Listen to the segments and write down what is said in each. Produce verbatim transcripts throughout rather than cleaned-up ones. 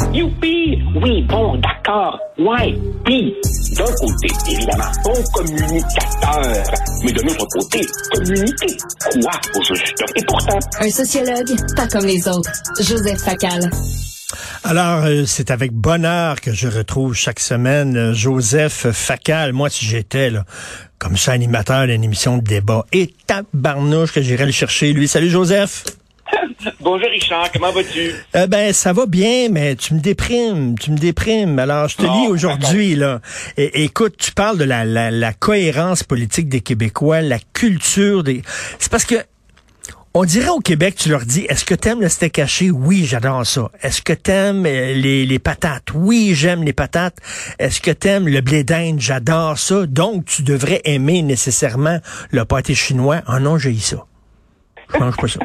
Youpi! Oui, bon, d'accord. Ouais. Puis, d'un côté, évidemment, bon communicateur. Mais de l'autre côté, communiquer quoi au juste? Et pourtant... Un sociologue, pas comme les autres. Joseph Facal. Alors, euh, c'est avec bonheur que je retrouve chaque semaine euh, Joseph Facal. Moi, si j'étais là, comme ça, animateur d'une émission de débat, et tabarnouche que j'irais le chercher, lui. Salut, Joseph! Bonjour Richard, comment vas-tu? Euh, ben, ça va bien, mais tu me déprimes, tu me déprimes. Alors, je te Non, lis aujourd'hui, là. Et, écoute, tu parles de la, la, la cohérence politique des Québécois, la culture des... C'est parce que on dirait au Québec, tu leur dis, est-ce que t'aimes le steak haché? Oui, j'adore ça. Est-ce que t'aimes les, les patates? Oui, j'aime les patates. Est-ce que t'aimes le blé d'Inde? J'adore ça. Donc, tu devrais aimer nécessairement le pâté chinois. Ah non, j'ai ça. Je mange pas ça.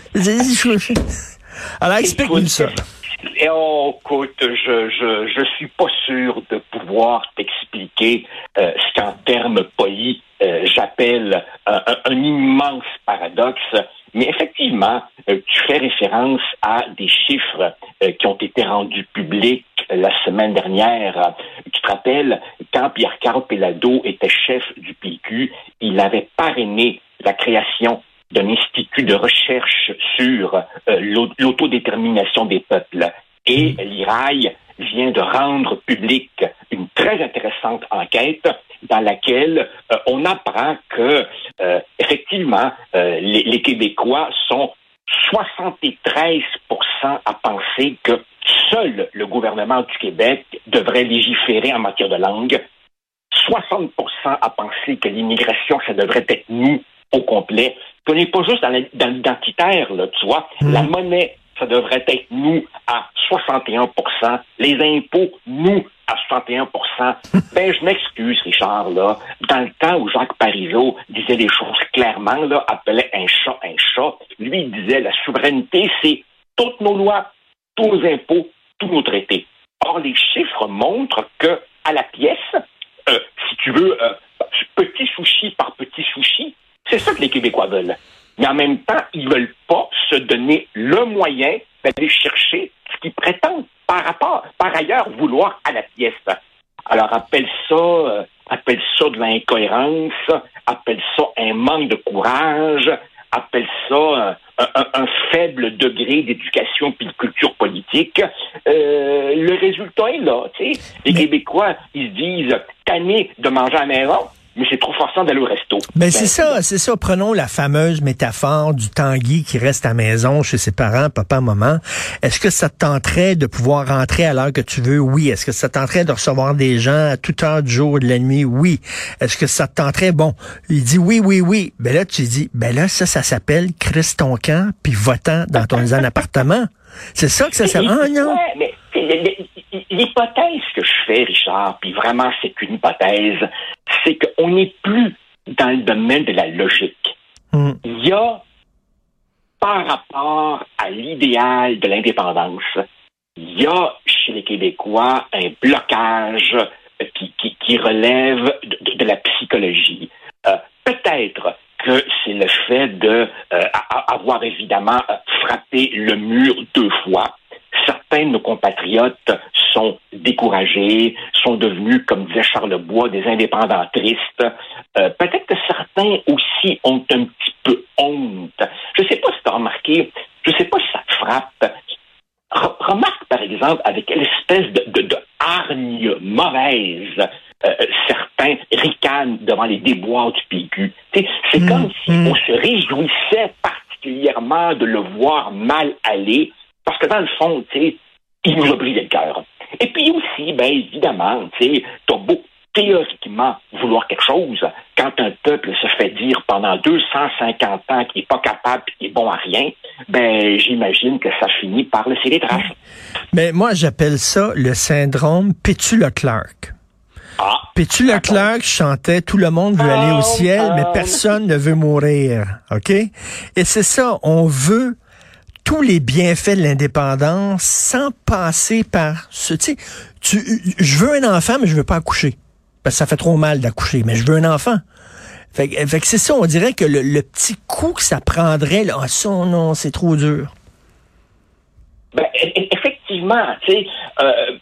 Alors, explique-nous ça. Et oh, écoute, je, je, je suis pas sûr de pouvoir t'expliquer euh, ce qu'en termes polis, euh, j'appelle un, un, un immense paradoxe. Mais effectivement, euh, tu fais référence à des chiffres euh, qui ont été rendus publics la semaine dernière. Tu te rappelles, quand Pierre-Carl Péladeau était chef du P Q, il avait parrainé la création d'un institut de recherche sur euh, l'autodétermination des peuples. Et l'I R A I vient de rendre publique une très intéressante enquête dans laquelle euh, on apprend que, euh, effectivement, euh, les, les Québécois sont soixante-treize pour cent à penser que seul le gouvernement du Québec devrait légiférer en matière de langue, soixante pour cent à penser que l'immigration, ça devrait être nous au complet. On n'est pas juste dans, la, dans l'identitaire, là, tu vois. Mmh. La monnaie, ça devrait être nous à soixante et un pour cent. Les impôts, nous à soixante et un pour cent. Ben, je m'excuse, Richard, là. Dans le temps où Jacques Parizeau disait les choses clairement, là, appelait un chat un chat, lui, il disait la souveraineté, c'est toutes nos lois, tous nos impôts, tous nos traités. Or, les chiffres montrent que, à la pièce, euh, si tu veux, euh, petit sushi par petit sushi, c'est ça que les Québécois veulent. Mais en même temps, ils veulent pas se donner le moyen d'aller chercher ce qu'ils prétendent par rapport, par ailleurs, vouloir à la pièce. Alors, appelle ça, euh, appelle ça de l'incohérence, appelle ça un manque de courage, appelle ça euh, un, un, un faible degré d'éducation puis de culture politique. Euh, le résultat est là, tu sais. Les Québécois, ils se disent tannés de manger à la maison, mais c'est trop forçant d'aller au resto. Ben, ben c'est ça, c'est ça. Prenons la fameuse métaphore du Tanguy qui reste à la maison chez ses parents, papa, maman. Est-ce que ça te tenterait de pouvoir rentrer à l'heure que tu veux? Oui. Est-ce que ça te tenterait de recevoir des gens à toute heure du jour et de la nuit? Oui. Est-ce que ça te tenterait? Bon, il dit oui, oui, oui. Ben là, tu dis, ben là, ça, ça s'appelle crisse ton camp puis votant dans ton appartement. C'est ça que ça s'appelle. Ah, non. Ouais, mais l'hypothèse que je fais, Richard, puis vraiment c'est une hypothèse, c'est qu'on n'est plus dans le domaine de la logique. Mm. Il y a, par rapport à l'idéal de l'indépendance, il y a chez les Québécois un blocage qui, qui, qui relève de, de, de la psychologie. Euh, peut-être que c'est le fait de euh, avoir évidemment frappé le mur deux fois. Certains de nos compatriotes sont découragés, sont devenus, comme disait Charles Bois, des indépendantristes. Euh, peut-être que certains aussi ont un petit peu honte. Je ne sais pas si tu as remarqué, je ne sais pas si ça te frappe. Re- remarque, par exemple, avec quelle espèce de, de, de hargne mauvaise euh, certains ricanent devant les déboires du P Q. T'sais, c'est mmh, comme si mmh. on se réjouissait particulièrement de le voir mal aller, parce que dans le fond, tu sais, il nous a brisé le cœur. Et puis aussi, ben évidemment, tu sais, t'as beau théoriquement vouloir quelque chose, quand un peuple se fait dire pendant deux cent cinquante ans qu'il n'est pas capable et qu'il est bon à rien, ben j'imagine que ça finit par laisser les traces. Mais moi, j'appelle ça le syndrome Pétu-Leclerc. Ah, Pétu-Leclerc chantait « Tout le monde veut aller au ciel, oh, mais personne ne veut mourir. » OK? Et c'est ça, on veut tous les bienfaits de l'indépendance sans passer par ce, tu sais, tu, je veux un enfant, mais je veux pas accoucher. Parce que ça fait trop mal d'accoucher, mais je veux un enfant. Fait, fait que c'est ça, on dirait que le, le petit coup que ça prendrait, là, ah, ça, non, c'est trop dur. Ben, effectivement, tu sais, euh,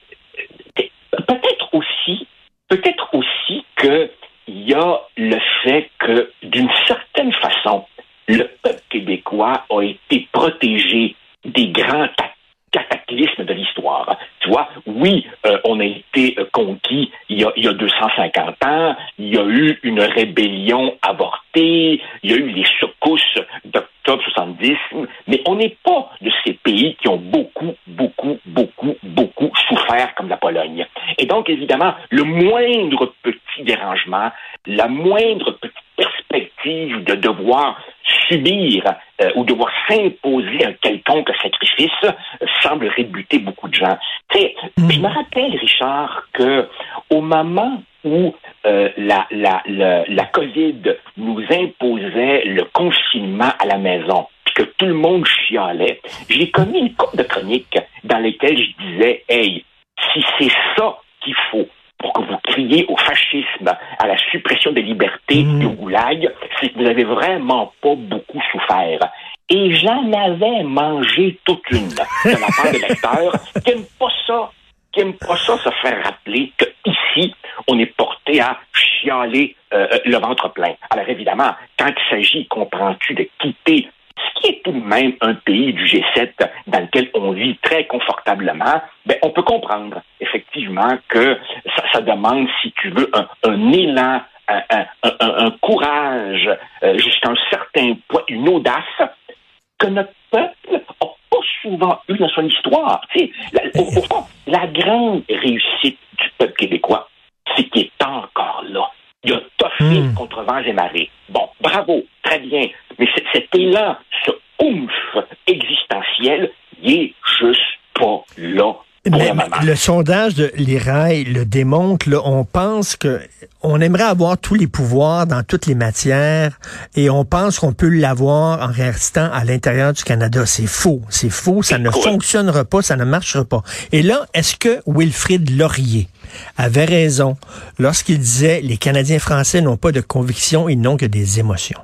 peut-être aussi, peut-être aussi que il y a le fait que, d'une certaine façon, le peuple québécois a été protégé des grands cataclysmes de l'histoire. Tu vois, oui, euh, on a été euh, conquis il y a, il y a deux cent cinquante ans, il y a eu une rébellion avortée, il y a eu les secousses d'octobre soixante-dix, mais on n'est pas de ces pays qui ont beaucoup, beaucoup, beaucoup, beaucoup souffert comme la Pologne. Et donc, évidemment, le moindre petit dérangement, la moindre petite perspective de devoir subir euh, ou devoir s'imposer un quelconque sacrifice euh, semble rébuter beaucoup de gens. Tu sais, mmh. je me rappelle, Richard, que au moment où euh, la, la, la, la COVID nous imposait le confinement à la maison, puis que tout le monde chialait, j'ai commis une couple de chroniques dans lesquelles je disais, hey, si c'est ça qu'il faut pour que vous criez au fascisme, à la suppression des libertés, mmh. et au goulag, c'est que vous n'avez vraiment pas beaucoup souffert. Et j'en avais mangé toute une de la part des lecteurs qui n'aiment pas ça, qui n'aiment pas ça se faire rappeler qu'ici, on est porté à chialer euh, le ventre plein. Alors évidemment, quand il s'agit, comprends-tu, de quitter ce qui est tout de même un pays du G sept dans lequel on vit très confortablement, ben, on peut comprendre effectivement que ça, ça demande, si tu veux, un, un élan, un, un, un, un courage, euh, jusqu'à un certain point, une audace que notre peuple n'a pas souvent eu dans son histoire. Tu sais, la, au, au fond, la grande réussite du peuple québécois, c'est qu'il est encore là. Il a toffé mmh. contre vents et marées. Bon, bravo, très bien. Mais c- cet élan, ce oomph existentiel, il est juste pas là. Mais, mais le sondage de l'I R A I le démontre. Là, on pense que on aimerait avoir tous les pouvoirs dans toutes les matières et on pense qu'on peut l'avoir en restant à l'intérieur du Canada. C'est faux. C'est faux. Ça ne cool. fonctionnera pas. Ça ne marchera pas. Et là, est-ce que Wilfrid Laurier avait raison lorsqu'il disait les Canadiens français n'ont pas de conviction, ils n'ont que des émotions?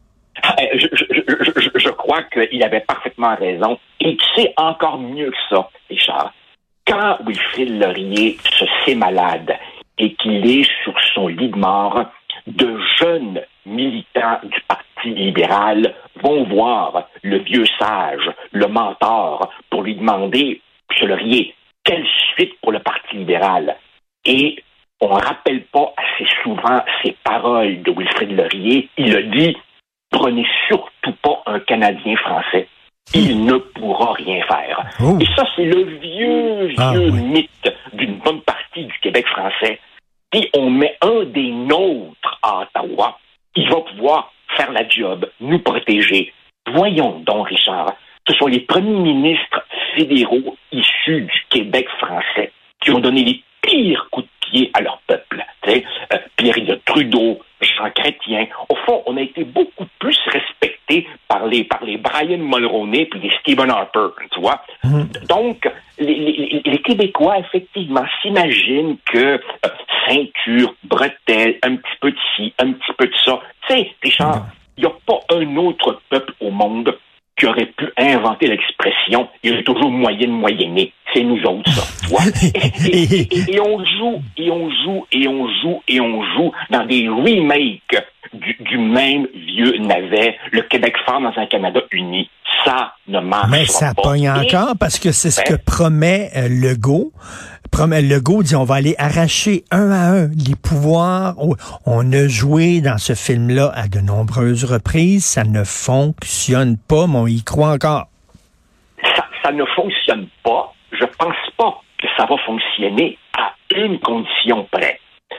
Je, je, je, je, je crois qu'il avait parfaitement raison. Et tu sais encore mieux que ça, Richard. Quand Wilfrid Laurier se sait malade et qu'il est sur son lit de mort, de jeunes militants du Parti libéral vont voir le vieux sage, le mentor, pour lui demander, M. Laurier, quelle suite pour le Parti libéral? Et on ne rappelle pas assez souvent ces paroles de Wilfrid Laurier. Il a dit, prenez surtout pas un Canadien français. Il ne pourra rien faire. Oh. Et ça, c'est le vieux, vieux ah, oui. mythe d'une bonne partie du Québec français. Si on met un des nôtres à Ottawa, il va pouvoir faire la job, nous protéger. Voyons donc, Richard, ce sont les premiers ministres fédéraux issus du Québec français qui ont donné les pires coups de pied à leur peuple. Tu sais, euh, Pierre-Éliott Trudeau, Jean Chrétien. Au fond, on a été beaucoup plus respectés par les par les Brian Mulroney puis les Stephen Harper, tu vois. Mmh. Donc, les, les, les Québécois, effectivement, s'imaginent que euh, ceinture, bretelles, un petit peu de ci, un petit peu de ça. Tu sais, Richard, il n'y a pas un autre peuple au monde qui aurait pu inventer l'expression « il y a toujours moyen de moyenner ». C'est nous autres, ça, tu vois. Et, et, et, et on joue, et on joue, et on joue, et on joue dans des remakes du, du même vieux navet, le Québec fort dans un Canada uni. Ça ne marche pas. Mais ça pas. pogne encore parce que c'est ce ouais. que promet euh, Legault. Promet, Legault dit on va aller arracher un à un les pouvoirs. On a joué dans ce film-là à de nombreuses reprises. Ça ne fonctionne pas, mais on y croit encore. Ça, ça ne fonctionne pas. Je pense pas que ça va fonctionner à une condition près.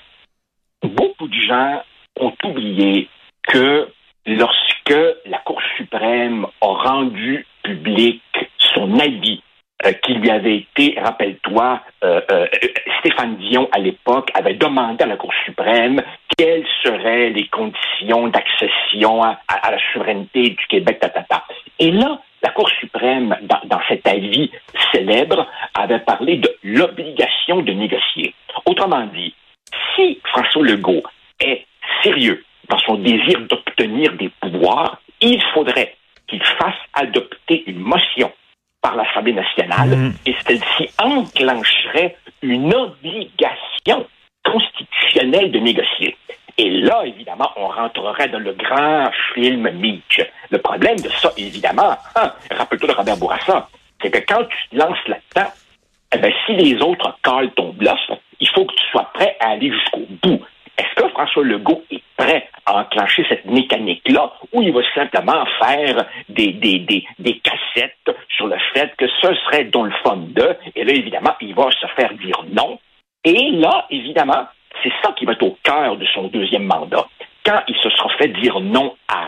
Beaucoup de gens ont oublié que lorsque la Cour suprême a rendu public son avis euh, qui lui avait été, rappelle-toi, euh, euh, Stéphane Dion, à l'époque, avait demandé à la Cour suprême quelles seraient les conditions d'accession à, à, à la souveraineté du Québec, tatata. Et là, la Cour suprême, dans, dans cet avis célèbre, avait parlé de l'obligation de négocier. Autrement dit, si François Legault est sérieux dans son désir d'obtenir des pouvoirs, il faudrait qu'il fasse adopter une motion par l'Assemblée nationale, mmh. et celle-ci enclencherait une obligation constitutionnelle de négocier. Et là, évidemment, on rentrerait dans le grand film Mitch. Le problème de ça, évidemment, hein, rappelle-toi de Robert Bourassa, c'est que quand tu te lances là-dedans, eh bien, si les autres calent ton bluff, il faut que tu sois prêt à aller jusqu'au bout. Est-ce que François Legault est prêt à enclencher cette mécanique-là, ou il va simplement faire des, des, des, des cassettes sur le fait que ce serait dont le fun de, et là, évidemment, il va se faire dire non. Et là, évidemment, c'est ça qui va être au cœur de son deuxième mandat. Quand il se sera fait dire non à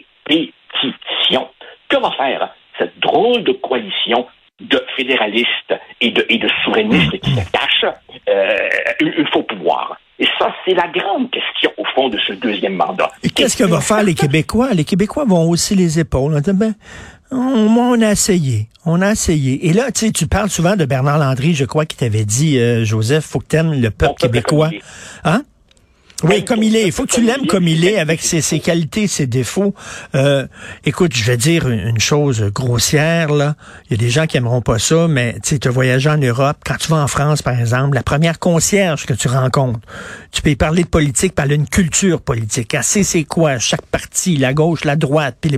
répétition, que va faire cette drôle de coalition de fédéralistes et de, et de souverainistes qui se cachent euh, une, une faux pouvoir? Et ça, c'est la grande question, au fond, de ce deuxième mandat. Et qu'est-ce que vont faire les Québécois? Les Québécois vont hausser les épaules. On dit, ben, on, on a essayé. On a essayé. Et là, tu sais, tu parles souvent de Bernard Landry, je crois, qui t'avait dit, euh, Joseph, faut que t'aimes le peuple québécois. Hein? Oui, comme il est. Il faut que tu l'aimes comme il est, avec ses, ses qualités, ses défauts. Euh, écoute, je vais dire une, une chose grossière, là. Il y a des gens qui aimeront pas ça, mais tu sais, tu as voyagé en Europe. Quand tu vas en France, par exemple, la première concierge que tu rencontres, tu peux y parler de politique, parler d'une culture politique. Elle sait c'est quoi, chaque parti, la gauche, la droite, puis les...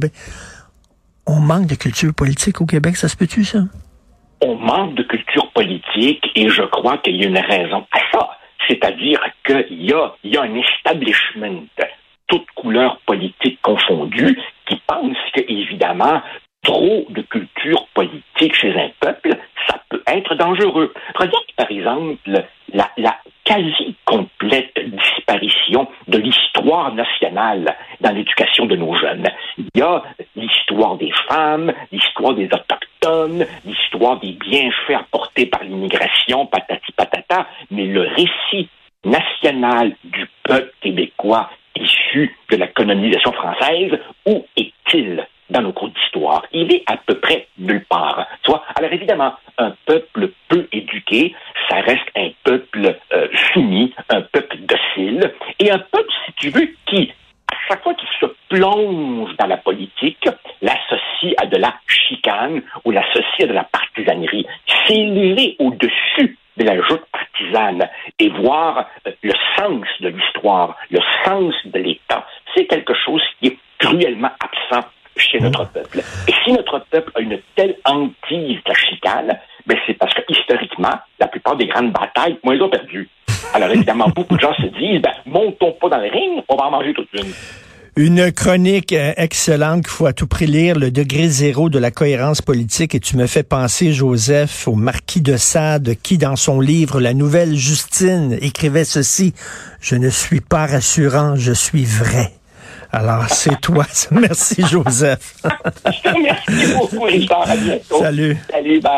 On manque de culture politique au Québec, ça se peut-tu, ça? On manque de culture politique, et je crois qu'il y a une raison à ça. C'est-à-dire qu'il y a, il y a un establishment, toutes couleurs politiques confondues, qui pense que, évidemment, trop de culture politique chez un peuple, ça peut être dangereux. Regarde, par exemple, la, la quasi-complète disparition de l'histoire nationale dans l'éducation de nos jeunes. Il y a l'histoire des femmes, l'histoire des Autochtones, l'histoire des bienfaits apportés par l'immigration, patati patata, mais le récit national du peuple québécois issu de la colonisation française, où est-il dans nos cours d'histoire? Il est à peu près nulle part. Tu vois? Alors évidemment, un peuple peu éduqué, ça reste un peuple euh, soumis, un peuple docile, et un peuple, si tu veux, qui, à chaque fois qu'il se plonge dans la politique, l'associe à de la chicane ou l'associe à de la partisanerie. S'élever au-dessus de la joute partisane et voir euh, le sens de l'histoire, le sens de l'État, c'est quelque chose qui est cruellement absent chez notre peuple. Et si notre peuple a une telle hantise de la chicane, ben c'est parce que, historiquement, la plupart des grandes batailles, moi, ils ont perdu. Alors, évidemment, beaucoup de gens se disent, ben, montons pas dans le ring, on va en manger toute une. Une chronique euh, excellente qu'il faut à tout prix lire, le degré zéro de la cohérence politique. Et tu me fais penser, Joseph, au marquis de Sade, qui, dans son livre La Nouvelle Justine, écrivait ceci: « Je ne suis pas rassurant, je suis vrai. » Alors, c'est toi. Merci, Joseph. Je te remercie beaucoup, Richard. À bientôt. Salut. Salut, bye.